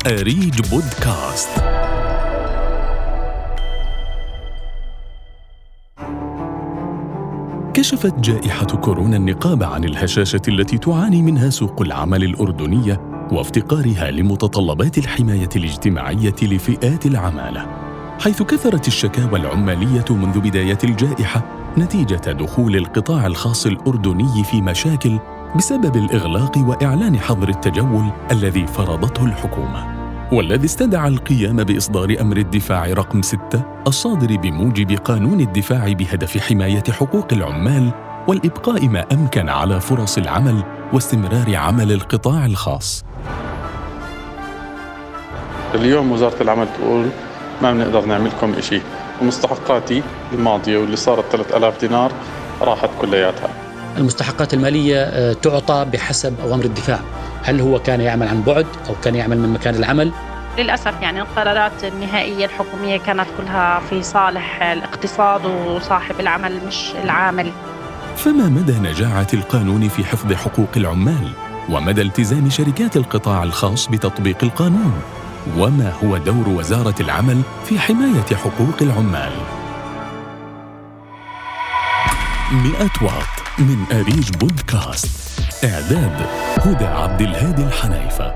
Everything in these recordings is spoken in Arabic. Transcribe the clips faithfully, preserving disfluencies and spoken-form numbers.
أريج بودكاست. كشفت جائحة كورونا النقاب عن الهشاشة التي تعاني منها سوق العمل الأردنية وافتقارها لمتطلبات الحماية الاجتماعية لفئات العمالة، حيث كثرت الشكاوى العمالية منذ بداية الجائحة نتيجة دخول القطاع الخاص الأردني في مشاكل بسبب الإغلاق وإعلان حظر التجول الذي فرضته الحكومة، والذي استدعى القيام بإصدار أمر الدفاع رقم ستة الصادر بموجب قانون الدفاع بهدف حماية حقوق العمال والإبقاء ما أمكن على فرص العمل واستمرار عمل القطاع الخاص. اليوم وزارة العمل تقول ما بنقدر نعملكم إشي، ومستحقاتي الماضية واللي صارت ثلاثة آلاف دينار راحت كلياتها. المستحقات المالية تعطى بحسب أوامر الدفاع، هل هو كان يعمل عن بعد أو كان يعمل من مكان العمل؟ للأسف يعني القرارات النهائية الحكومية كانت كلها في صالح الاقتصاد وصاحب العمل مش العامل. فما مدى نجاعة القانون في حفظ حقوق العمال؟ ومدى التزام شركات القطاع الخاص بتطبيق القانون؟ وما هو دور وزارة العمل في حماية حقوق العمال؟ مئة واط من أريج بودكاست. إعداد هدى عبد الهادي الحنيفة.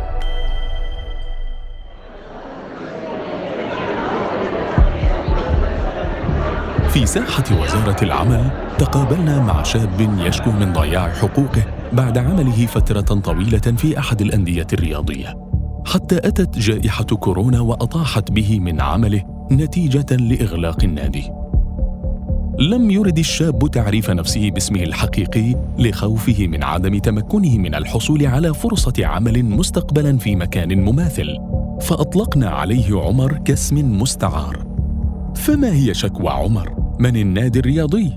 في ساحة وزارة العمل تقابلنا مع شاب يشكو من ضياع حقوقه بعد عمله فترة طويلة في أحد الأندية الرياضية، حتى أتت جائحة كورونا وأطاحت به من عمله نتيجة لإغلاق النادي. لم يرد الشاب تعريف نفسه باسمه الحقيقي لخوفه من عدم تمكنه من الحصول على فرصة عمل مستقبلاً في مكان مماثل، فأطلقنا عليه عمر كاسم مستعار. فما هي شكوى عمر؟ من النادي الرياضي؟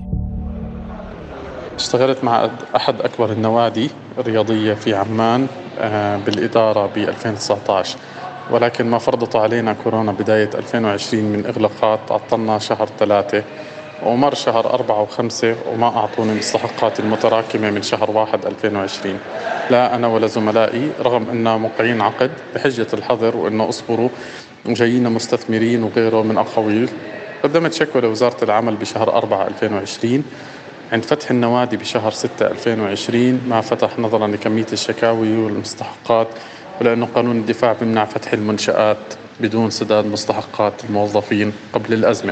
اشتغلت مع أحد أكبر النوادي الرياضية في عمان بالإدارة ب ألفين وتسعة عشر، ولكن ما فرضته علينا كورونا بداية ألفين وعشرين من إغلاقات عطلنا شهر ثلاثة ومر شهر أربعة وخمسة وما أعطوني مستحقات المتراكمة من شهر واحد ألفين وعشرين، لا أنا ولا زملائي، رغم أننا موقعين عقد بحجة الحظر وأنه أصبروا وجايين مستثمرين وغيره من أقاويل. قدمت شكوى لوزارة العمل بشهر أربعة ألفين وعشرين. عند فتح النوادي بشهر ستة ألفين وعشرين ما فتح نظرا لكمية الشكاوي والمستحقات، ولأنه قانون الدفاع بيمنع فتح المنشآت بدون سداد مستحقات الموظفين قبل الأزمة.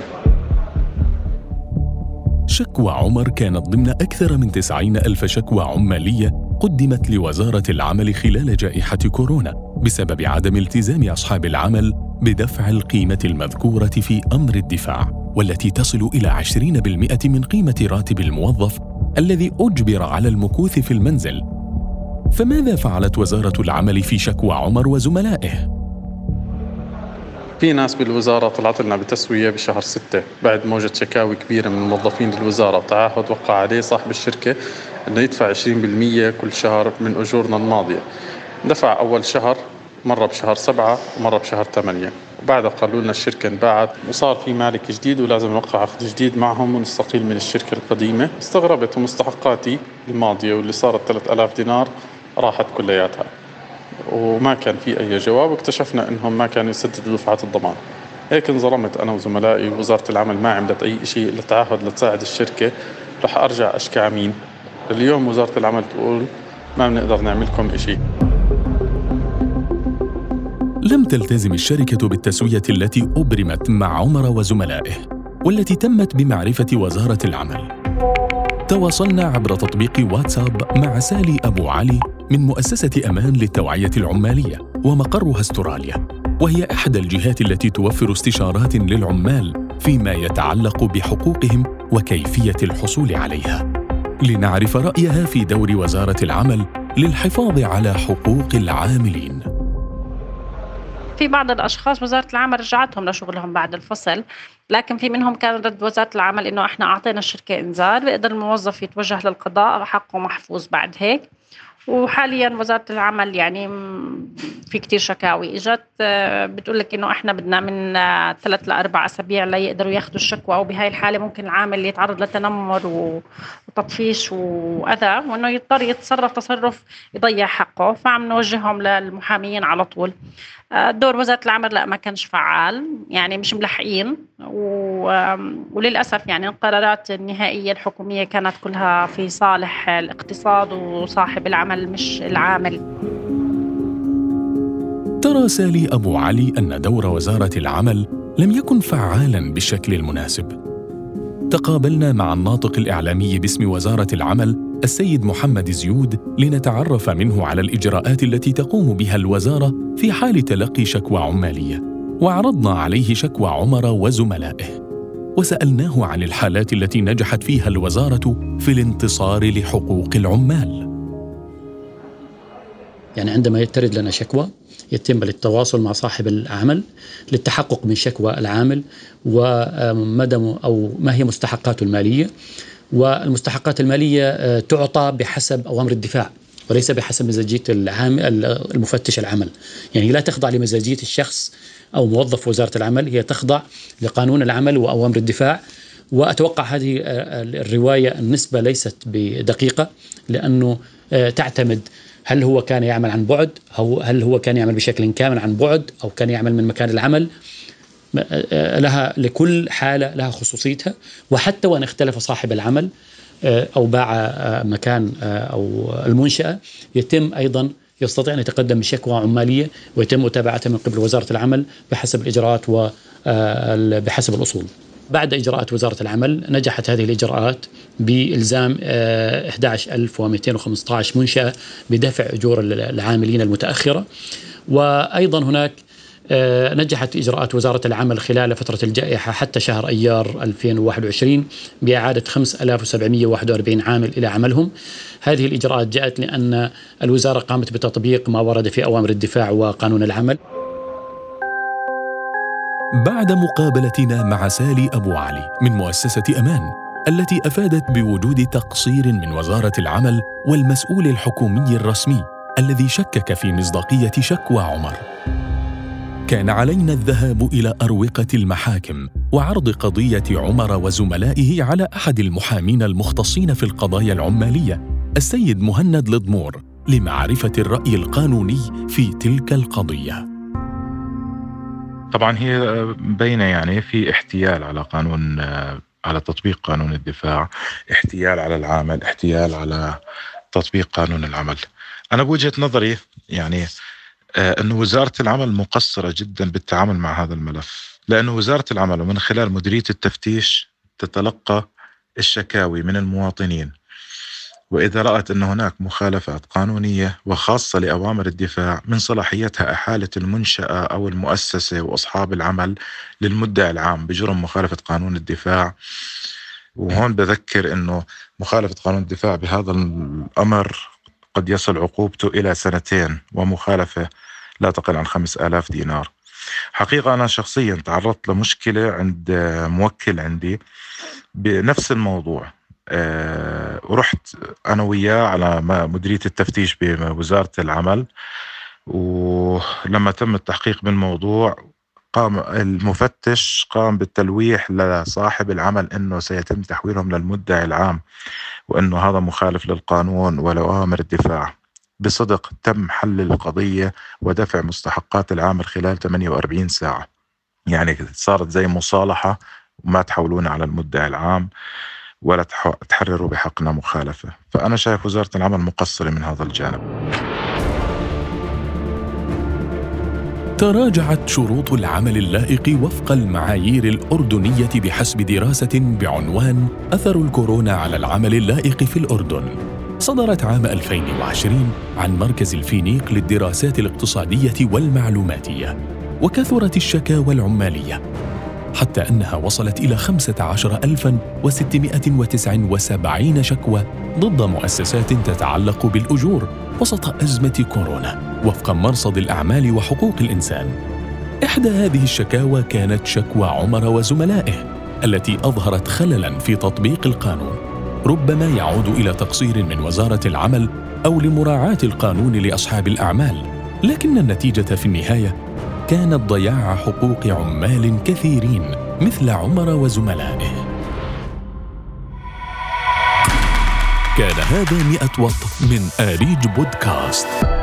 شكوى عمر كانت ضمن أكثر من تسعين ألف شكوى عمالية قدمت لوزارة العمل خلال جائحة كورونا بسبب عدم التزام أصحاب العمل بدفع القيمة المذكورة في أمر الدفاع، والتي تصل إلى عشرين بالمئة من قيمة راتب الموظف الذي أجبر على المكوث في المنزل. فماذا فعلت وزارة العمل في شكوى عمر وزملائه؟ في ناس بالوزارة طلعت لنا بتسوية بشهر ستة بعد موجة شكاوي كبيرة من الموظفين للوزارة، تعهد وقع عليه صاحب الشركة أنه يدفع عشرين بالمئة كل شهر من أجورنا الماضية. دفع أول شهر مرة بشهر سبعة ومرة بشهر ثمانية، وبعدها قالوا لنا الشركة انباعت وصار في مالك جديد ولازم نوقع عقد جديد معهم ونستقيل من الشركة القديمة. استغربت ومستحقاتي الماضية واللي صارت ثلاثة آلاف دينار راحت كلياتها، وما كان في أي جواب، واكتشفنا أنهم ما كانوا يسددوا دفعات الضمان. هيك انظلمت أنا وزملائي، ووزارة العمل ما عملت أي شيء للتعهد لتساعد الشركة. رح أرجع أشكي عمين. اليوم وزارة العمل تقول ما بنقدر نعملكم إشي. لم تلتزم الشركة بالتسوية التي أبرمت مع عمر وزملائه والتي تمت بمعرفة وزارة العمل. تواصلنا عبر تطبيق واتساب مع سالي أبو علي من مؤسسة أمان للتوعية العمالية ومقرها استراليا، وهي إحدى الجهات التي توفر استشارات للعمال فيما يتعلق بحقوقهم وكيفية الحصول عليها، لنعرف رأيها في دور وزارة العمل للحفاظ على حقوق العاملين. في بعض الأشخاص وزارة العمل رجعتهم لشغلهم بعد الفصل، لكن في منهم كان رد وزارة العمل إنه إحنا أعطينا الشركة إنذار، بيقدر الموظف يتوجه للقضاء، حقه محفوظ بعد هيك. وحاليا وزارة العمل يعني في كتير شكاوي اجت بتقول لك انه احنا بدنا من ثلاث لاربع اسابيع ليقدروا ياخذوا الشكوى، وبهاي الحاله ممكن العامل يتعرض لتنمر وتطفيش واذى، وانه يضطر يتصرف تصرف يضيع حقه. فعم نوجههم للمحاميين على طول. دور وزارة العمل لا ما كانش فعال، يعني مش ملحقين، وللأسف يعني القرارات النهائية الحكومية كانت كلها في صالح الاقتصاد وصاحب العمل مش العامل. ترى سالي أبو علي أن دور وزارة العمل لم يكن فعالاً بالشكل المناسب. تقابلنا مع الناطق الإعلامي باسم وزارة العمل السيد محمد زيود لنتعرف منه على الإجراءات التي تقوم بها الوزارة في حال تلقي شكوى عمالية، وعرضنا عليه شكوى عمر وزملائه، وسألناه عن الحالات التي نجحت فيها الوزارة في الانتصار لحقوق العمال. يعني عندما يترد لنا شكوى يتم التواصل مع صاحب العمل للتحقق من شكوى العامل ومدى أو ما هي مستحقاته المالية، والمستحقات المالية تعطى بحسب أوامر الدفاع وليس بحسب مزاجية العامل المفتش العمل. يعني لا تخضع لمزاجية الشخص أو موظف وزارة العمل، هي تخضع لقانون العمل وأوامر الدفاع. وأتوقع هذه الرواية النسبة ليست بدقيقة، لأنه تعتمد هل هو كان يعمل عن بعد أو هل هو كان يعمل بشكل كامل عن بعد أو كان يعمل من مكان العمل. لها لكل حالة لها خصوصيتها، وحتى وأن اختلف صاحب العمل أو باع مكان أو المنشأة يتم أيضا يستطيع أن يتقدم بشكوى عمالية ويتم متابعتها من قبل وزارة العمل بحسب الإجراءات وبحسب الأصول. بعد إجراءات وزارة العمل نجحت هذه الإجراءات بإلزام أحد عشر ألف ومئتين وخمسة عشر منشأة بدفع أجور العاملين المتأخرة. وأيضا هناك نجحت إجراءات وزارة العمل خلال فترة الجائحة حتى شهر أيار ألفين وواحد وعشرين بإعادة خمسة آلاف وسبعمئة وواحد وأربعين عامل إلى عملهم. هذه الإجراءات جاءت لأن الوزارة قامت بتطبيق ما ورد في أوامر الدفاع وقانون العمل. بعد مقابلتنا مع سالي أبو علي من مؤسسة أمان التي أفادت بوجود تقصير من وزارة العمل والمسؤول الحكومي الرسمي الذي شكك في مصداقية شكوى عمر، كان علينا الذهاب إلى أروقة المحاكم وعرض قضية عمر وزملائه على أحد المحامين المختصين في القضايا العمالية السيد مهند لضمور لمعرفة الرأي القانوني في تلك القضية. طبعا هي بين يعني في احتيال على قانون، على تطبيق قانون الدفاع، احتيال على العامل، احتيال على تطبيق قانون العمل. أنا بوجهة نظري يعني أن وزارة العمل مقصرة جدا بالتعامل مع هذا الملف، لأن وزارة العمل من خلال مديرية التفتيش تتلقى الشكاوي من المواطنين، وإذا رأت أن هناك مخالفات قانونية وخاصة لأوامر الدفاع من صلاحيتها إحالة المنشأة أو المؤسسة وأصحاب العمل للمدعي العام بجرم مخالفة قانون الدفاع. وهون بذكر أنه مخالفة قانون الدفاع بهذا الأمر قد يصل عقوبته إلى سنتين، ومخالفة لا تقل عن خمس آلاف دينار. حقيقة أنا شخصيا تعرضت لمشكلة عند موكل عندي بنفس الموضوع، أه ورحت أنا وياه على مديرية التفتيش بوزارة العمل، ولما تم التحقيق بالموضوع قام المفتش قام بالتلويح لصاحب العمل أنه سيتم تحويلهم للمدعي العام، وأنه هذا مخالف للقانون ولأوامر الدفاع. بصدق تم حل القضية ودفع مستحقات العامل خلال ثمانية وأربعين ساعة، يعني صارت زي مصالحة، وما تحولون على المدعي العام ولا تحرروا بحقنا مخالفة. فأنا شايف وزارة العمل مقصرة من هذا الجانب. تراجعت شروط العمل اللائق وفق المعايير الأردنية بحسب دراسة بعنوان أثر الكورونا على العمل اللائق في الأردن، صدرت عام ألفين وعشرين عن مركز الفينيق للدراسات الاقتصادية والمعلوماتية. وكثرت الشكاوى العمالية حتى أنها وصلت إلى خمسة عشر ألفاً وستمائة وتسعة وسبعين شكوى ضد مؤسسات تتعلق بالأجور وسط أزمة كورونا وفق مرصد الأعمال وحقوق الإنسان. إحدى هذه الشكاوى كانت شكوى عمر وزملائه التي أظهرت خللاً في تطبيق القانون، ربما يعود إلى تقصير من وزارة العمل أو لمراعاة القانون لأصحاب الأعمال، لكن النتيجة في النهاية كانت ضياع حقوق عمال كثيرين مثل عمر وزملائه. كان هذا مئة وات من آريج بودكاست.